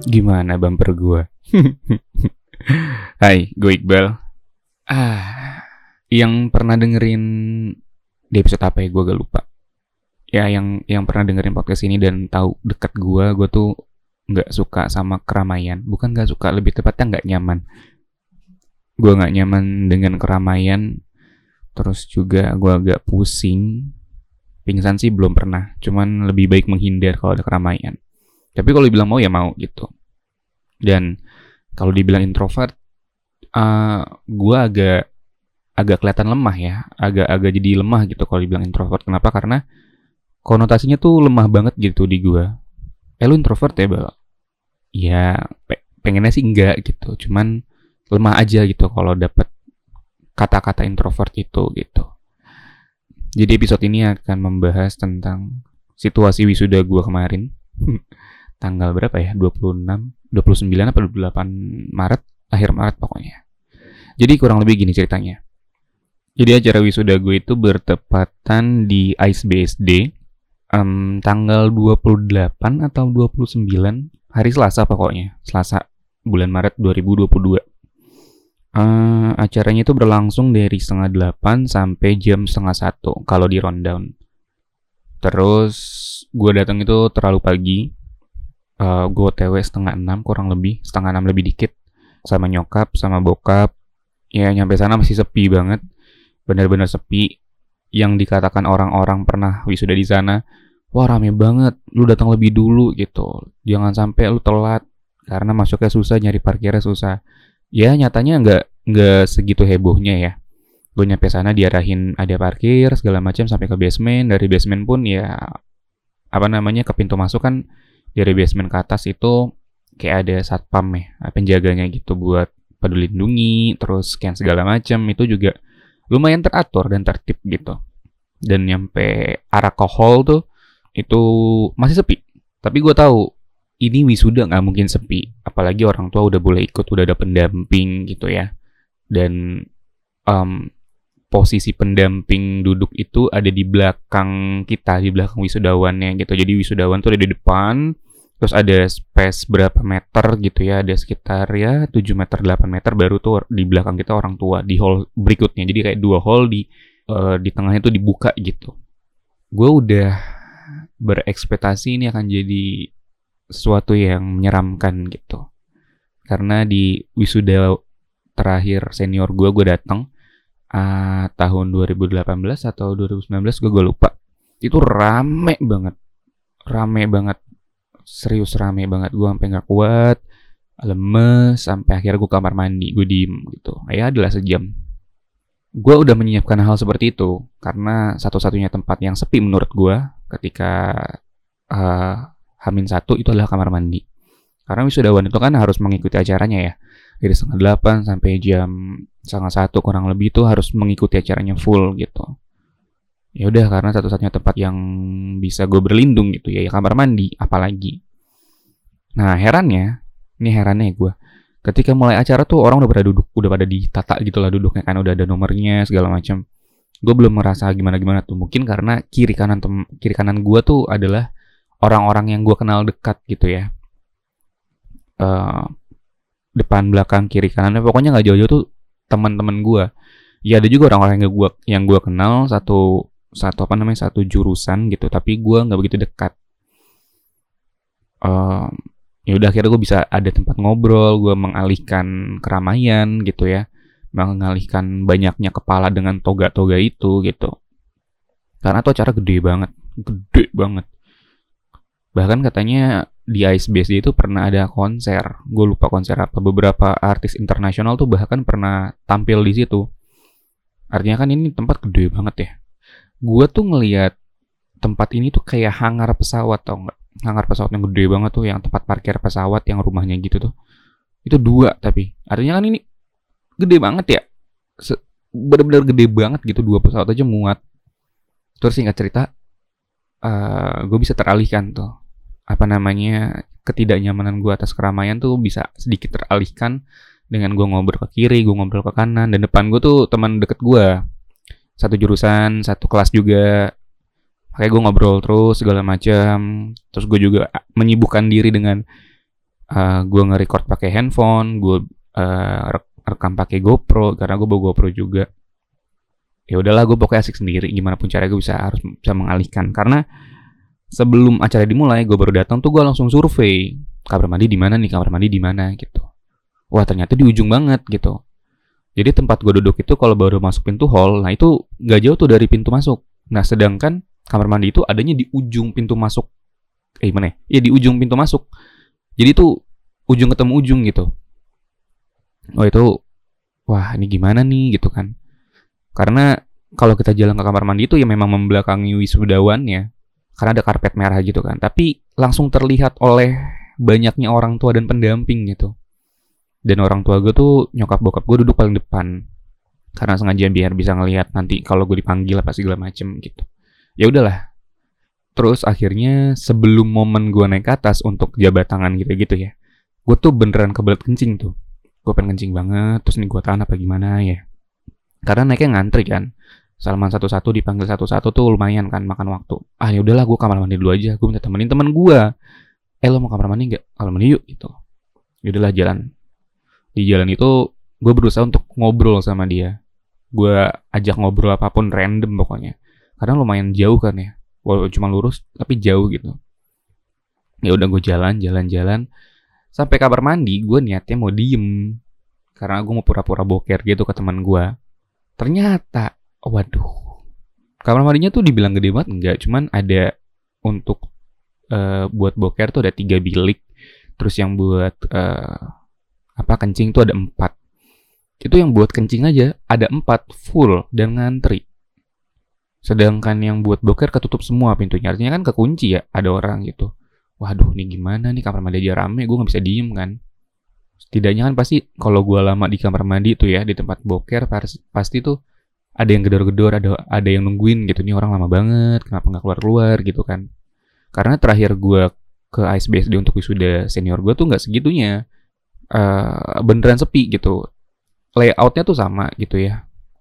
Gimana bumper gua? Hai, gue Iqbal. Yang pernah dengerin di episode apa ya? Gue agak lupa. Ya, yang pernah dengerin podcast ini dan tahu dekat gue tuh nggak suka sama keramaian. Bukan nggak suka, lebih tepatnya nggak nyaman. Gue nggak nyaman dengan keramaian. Terus juga gue agak pusing. Pingsan sih belum pernah. Cuman lebih baik menghindar kalau ada keramaian. Tapi kalau dibilang mau ya mau gitu. Dan kalau dibilang introvert, gue agak kelihatan lemah ya, agak jadi lemah gitu kalau dibilang introvert. Kenapa? Karena konotasinya tuh lemah banget gitu di gue. Lu introvert ya, Bal? Ya, pengennya sih enggak gitu. Cuman lemah aja gitu kalau dapet kata-kata introvert itu gitu. Jadi episode ini akan membahas tentang situasi wisuda gue kemarin. Tanggal berapa ya? 26, 29 atau 28 Maret, akhir Maret pokoknya. Jadi kurang lebih gini ceritanya. Jadi acara wisuda gue itu bertepatan di AIS BSD tanggal 28 atau 29 hari Selasa pokoknya. Selasa bulan Maret 2022. Acaranya itu berlangsung dari setengah 8 sampai jam setengah 1 kalau di rundown. Terus gue datang itu terlalu pagi. Gue OTW setengah 6 kurang lebih, setengah 6 lebih dikit, sama nyokap, sama bokap. Ya nyampe sana masih sepi banget, benar-benar sepi. Yang dikatakan orang-orang pernah wisuda di sana, wah rame banget, lu datang lebih dulu gitu, jangan sampai lu telat karena masuknya susah, nyari parkirnya susah. Ya nyatanya nggak segitu hebohnya ya. Gue nyampe sana diarahin ada parkir segala macam sampai ke basement. Dari basement pun ya ke pintu masuk kan. Dari basement ke atas itu kayak ada satpam ya, penjaganya gitu buat peduli lindungi, terus scan segala macam. Itu juga lumayan teratur dan tertib gitu. Dan nyampe arah ke hall tuh itu masih sepi. Tapi gue tahu ini wisuda nggak mungkin sepi, apalagi orang tua udah boleh ikut, udah ada pendamping gitu ya. Dan posisi pendamping duduk itu ada di belakang kita, di belakang wisudawannya gitu. Jadi wisudawan tuh ada di depan, terus ada space berapa meter gitu ya, ada sekitar ya 7 meter 8 meter baru tuh di belakang kita orang tua di hall berikutnya. Jadi kayak dua hall di tengahnya tuh dibuka gitu. Gue udah berekspektasi ini akan jadi sesuatu yang menyeramkan gitu. Karena di wisuda terakhir senior gue datang tahun 2018 atau 2019 gue lupa. Itu rame banget, serius rame banget. Gue sampai nggak kuat, lemes, sampai akhirnya gue kamar mandi, gue diem gitu. Ya adalah sejam. Gue udah menyiapkan hal seperti itu karena satu-satunya tempat yang sepi menurut gue ketika H-1 itu adalah kamar mandi. Karena wisudawan itu kan harus mengikuti acaranya ya. Dari setengah 8 sampai jam setengah 1 kurang lebih itu harus mengikuti acaranya full gitu. Ya udah, karena satu-satunya tempat yang bisa gue berlindung gitu ya kamar mandi, apalagi. Nah herannya gue, ketika mulai acara tuh orang udah pada duduk, udah pada ditata gitu lah duduknya kan, udah ada nomornya segala macam. Gue belum merasa gimana tuh, mungkin karena kiri kanan gue tuh adalah orang-orang yang gue kenal dekat gitu ya. Depan belakang kiri kanan pokoknya nggak jauh-jauh tuh teman-teman gue. Ya ada juga orang-orang yang gue kenal satu jurusan gitu, tapi gue nggak begitu dekat. Ya udah akhirnya gue bisa ada tempat ngobrol, gue mengalihkan keramaian gitu ya, mengalihkan banyaknya kepala dengan toga-toga itu gitu. Karena tuh acara gede banget. Bahkan katanya di AIS BSD itu pernah ada konser, gue lupa konser apa. Beberapa artis internasional tuh bahkan pernah tampil di situ. Artinya kan ini tempat gede banget ya. Gue tuh ngelihat tempat ini tuh kayak hangar pesawat, tau nggak? Hangar pesawat yang gede banget tuh, yang tempat parkir pesawat yang rumahnya gitu tuh. Itu 2 tapi. Artinya kan ini gede banget ya. Bener-bener gede banget gitu, 2 pesawat aja muat. Terus singkat cerita, gue bisa teralihkan tuh. Ketidaknyamanan gue atas keramaian tuh bisa sedikit teralihkan dengan gue ngobrol ke kiri, gue ngobrol ke kanan, dan depan gue tuh teman deket gue, satu jurusan, satu kelas juga. Makanya gue ngobrol terus segala macam. Terus gue juga menyibukkan diri dengan Gue nge-record pakai handphone, gue rekam pakai GoPro karena gue bawa GoPro juga. Ya udahlah, gue pokoknya asik sendiri, gimana pun caranya gue harus bisa mengalihkan. Karena sebelum acara dimulai, gue baru datang tuh gue langsung survei kamar mandi di mana nih, kamar mandi di mana gitu. Wah, ternyata di ujung banget gitu. Jadi tempat gue duduk itu kalau baru masuk pintu hall, nah itu gak jauh tuh dari pintu masuk. Nah, sedangkan kamar mandi itu adanya di ujung pintu masuk. Gimana ya? Ya di ujung pintu masuk. Jadi tuh ujung ketemu ujung gitu. Wah ini gimana nih gitu kan. Karena kalau kita jalan ke kamar mandi itu ya memang membelakangi wisudawannya. Karena ada karpet merah gitu kan. Tapi langsung terlihat oleh banyaknya orang tua dan pendamping gitu. Dan orang tua gue tuh nyokap bokap gue duduk paling depan. Karena sengaja biar bisa ngelihat nanti kalau gue dipanggil apa segala macem gitu. Ya udahlah. Terus akhirnya sebelum momen gue naik ke atas untuk jabat tangan gitu-gitu ya, gue tuh beneran kebelet kencing tuh. Gue pengen kencing banget, terus nih gue tahan apa gimana ya. Karena naiknya ngantri kan. Salaman satu-satu, dipanggil satu-satu tuh lumayan kan makan waktu. Ya udahlah, gue kamar mandi dulu aja. Gue minta temenin teman gue. Lo mau kamar mandi nggak? Kamar mandi yuk gitu. Ya udahlah, jalan. Di jalan itu gue berusaha untuk ngobrol sama dia. Gue ajak ngobrol apapun random pokoknya. Karena lumayan jauh kan ya. Walaupun cuma lurus tapi jauh gitu. Ya udah gue jalan. Sampai kamar mandi gue niatnya mau diem. Karena gue mau pura-pura boker gitu ke teman gue. Ternyata, waduh, kamar mandinya tuh dibilang gede banget enggak, cuman ada untuk buat boker tuh ada 3 bilik, terus yang buat kencing tuh ada 4. Itu yang buat kencing aja ada 4 full dan ngantri. Sedangkan yang buat boker ketutup semua pintunya, artinya kan kekunci ya, ada orang gitu. Waduh, nih gimana nih, kamar mandi aja rame, gue nggak bisa diem kan. Setidaknya kan pasti kalau gue lama di kamar mandi tuh ya, di tempat boker pasti tuh ada yang gedor-gedor, ada yang nungguin gitu. Nih orang lama banget, kenapa nggak keluar-keluar gitu kan. Karena terakhir gue ke ASBSD untuk wisuda senior gue tuh nggak segitunya. Beneran sepi gitu. Layoutnya tuh sama gitu ya.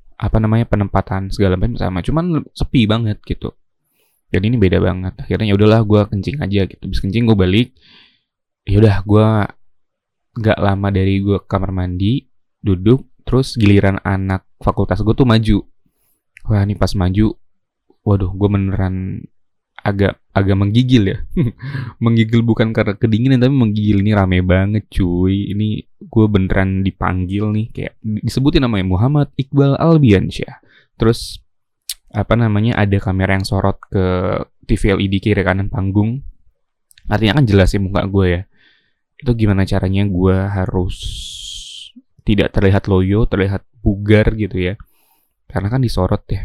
Penempatan segala macam sama. Cuman sepi banget gitu. Jadi ini beda banget. Akhirnya ya udahlah, gue kencing aja gitu. Habis kencing gue balik. Ya udah, gue gak lama dari gue ke kamar mandi, duduk, terus giliran anak fakultas gue tuh maju. Wah, ini pas maju, waduh, gue beneran agak menggigil ya. Menggigil bukan karena kedinginan, tapi menggigil. Ini rame banget cuy. Ini gue beneran dipanggil nih, kayak disebutin namanya Muhammad Iqbal Albiansyah. Terus ada kamera yang sorot ke TV LED kiri kanan panggung. Artinya kan jelas ya muka gue ya. Itu gimana caranya gue harus tidak terlihat loyo, terlihat bugar gitu ya. Karena kan disorot ya.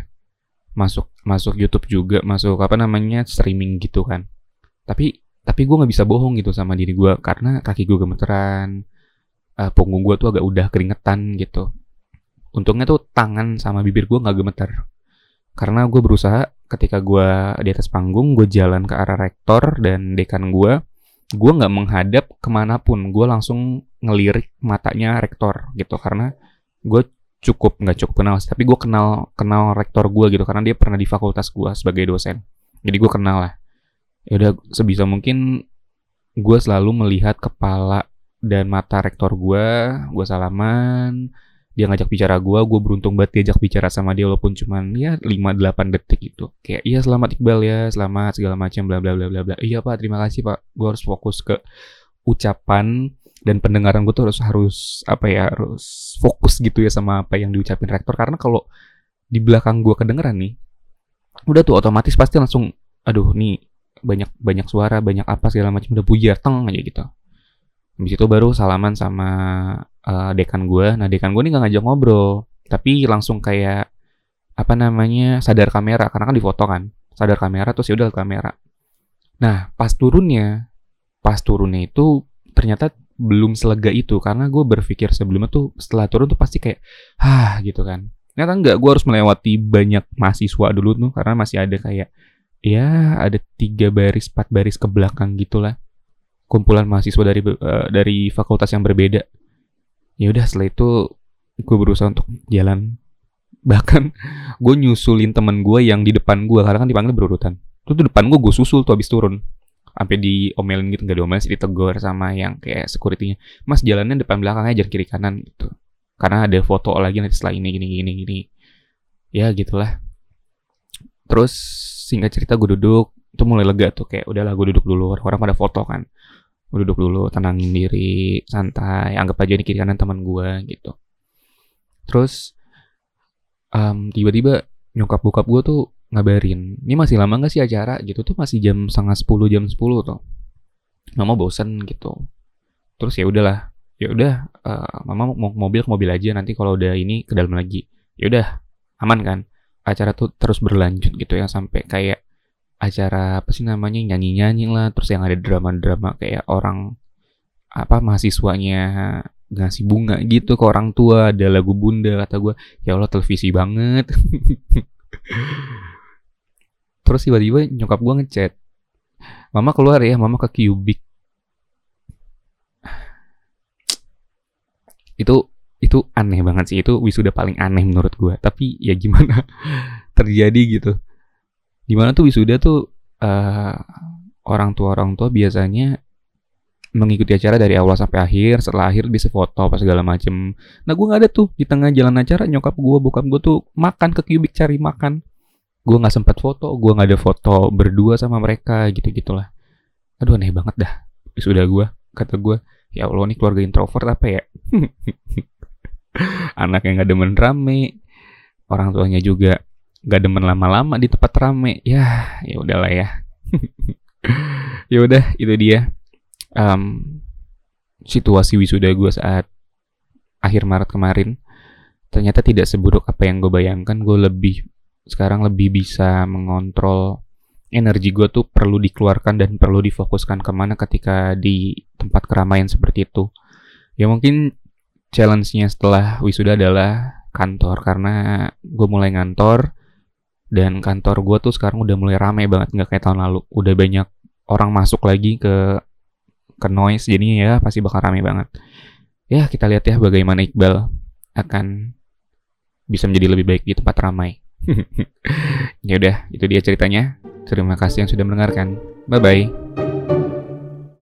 Masuk YouTube juga, masuk streaming gitu kan. Tapi gue nggak bisa bohong gitu sama diri gue, karena kaki gue gemeteran, punggung gue tuh agak udah keringetan gitu. Untungnya tuh tangan sama bibir gue nggak gemeter. Karena gue berusaha ketika gue di atas panggung, gue jalan ke arah rektor dan dekan gue nggak menghadap kemanapun, gue langsung ngelirik matanya rektor gitu. Karena gue nggak cukup kenal, tapi gue kenal rektor gue gitu, karena dia pernah di fakultas gue sebagai dosen. Jadi gue kenal lah. Ya udah, sebisa mungkin gue selalu melihat kepala dan mata rektor gue salaman. Dia ngajak bicara gue beruntung banget diajak bicara sama dia, walaupun cuman ya 5-8 detik gitu. Kayak, iya selamat Iqbal ya, selamat segala macam bla bla bla bla bla. Iya Pak, terima kasih Pak. Gue harus fokus ke ucapan dan pendengaran gue tuh harus fokus gitu ya sama apa yang diucapin rektor. Karena kalau di belakang gue kedengeran nih, udah tuh otomatis pasti langsung, aduh nih banyak suara, banyak apa segala macam, udah buyar teng aja gitu. Habis itu baru salaman sama dekan gue. Nah, dekan gue nih gak ngajak ngobrol, tapi langsung kayak sadar kamera, karena kan difoto kan, sadar kamera, terus ya udah kamera. Nah, pas turunnya itu ternyata belum selega itu, karena gue berpikir sebelumnya tuh setelah turun tuh pasti kayak gitu kan. Ternyata enggak, gue harus melewati banyak mahasiswa dulu tuh, karena masih ada kayak ada 3 baris 4 baris ke belakang gitulah, kumpulan mahasiswa dari fakultas yang berbeda. Ya udah, setelah itu gue berusaha untuk jalan. Bahkan gue nyusulin temen gue yang di depan gue, karena kan dipanggil berurutan. Itu depan gue susul tuh abis turun. sampai diomelin gitu, nggak diomelin sih, ditegur sama yang kayak security-nya, mas jalannya depan belakangnya jangan kiri kanan gitu, karena ada foto lagi nanti setelah ini gini ya gitulah. Terus singkat cerita gue duduk, itu mulai lega tuh, kayak udahlah gue duduk dulu, orang pada foto kan, gue duduk dulu, tenangin diri, santai, anggap aja ini kiri kanan teman gue gitu. Terus tiba-tiba nyokap bokap gue tuh ngabarin, ini masih lama nggak sih acara gitu, tuh masih jam setengah 10, jam 10 tuh, mama bosen gitu. Terus ya udahlah, ya udah, mama mau mobil ke mobil aja, nanti kalau udah ini ke dalam lagi. Ya udah, aman kan. Acara tuh terus berlanjut gitu ya, sampai kayak acara apa sih namanya, nyanyi lah, terus yang ada drama kayak orang apa, mahasiswanya ngasih bunga gitu ke orang tua, ada lagu Bunda, kata gue ya Allah televisi banget. Terus tiba-tiba nyokap gue ngechat, mama keluar ya, mama ke Cubic. Itu aneh banget sih, itu wisuda paling aneh menurut gue, tapi ya gimana, terjadi gitu. Dimana tuh wisuda tuh orang tua biasanya mengikuti acara dari awal sampai akhir, setelah akhir bisa foto apa segala macem. Nah gue nggak ada tuh, di tengah jalan acara nyokap gue bokap gue tuh makan ke Cubic, cari makan. Gue nggak sempat foto, gue nggak ada foto berdua sama mereka gitulah. Aduh aneh banget dah wisuda gue, kata gue ya Allah nih keluarga introvert apa ya. Anaknya nggak demen rame, orang tuanya juga nggak demen lama-lama di tempat rame. Ya udahlah ya. Ya udah, itu dia situasi wisuda gue saat akhir Maret kemarin. Ternyata tidak seburuk apa yang gue bayangkan. Gue sekarang lebih bisa mengontrol energi gue tuh perlu dikeluarkan dan perlu difokuskan kemana ketika di tempat keramaian seperti itu. Ya mungkin challenge-nya setelah wisuda adalah kantor, karena gue mulai ngantor dan kantor gue tuh sekarang udah mulai ramai banget, nggak kayak tahun lalu. Udah banyak orang masuk lagi ke noise, jadinya ya pasti bakal ramai banget. Ya kita lihat ya bagaimana Iqbal akan bisa menjadi lebih baik di tempat ramai. Ya udah, itu dia ceritanya. Terima kasih yang sudah mendengarkan. Bye bye.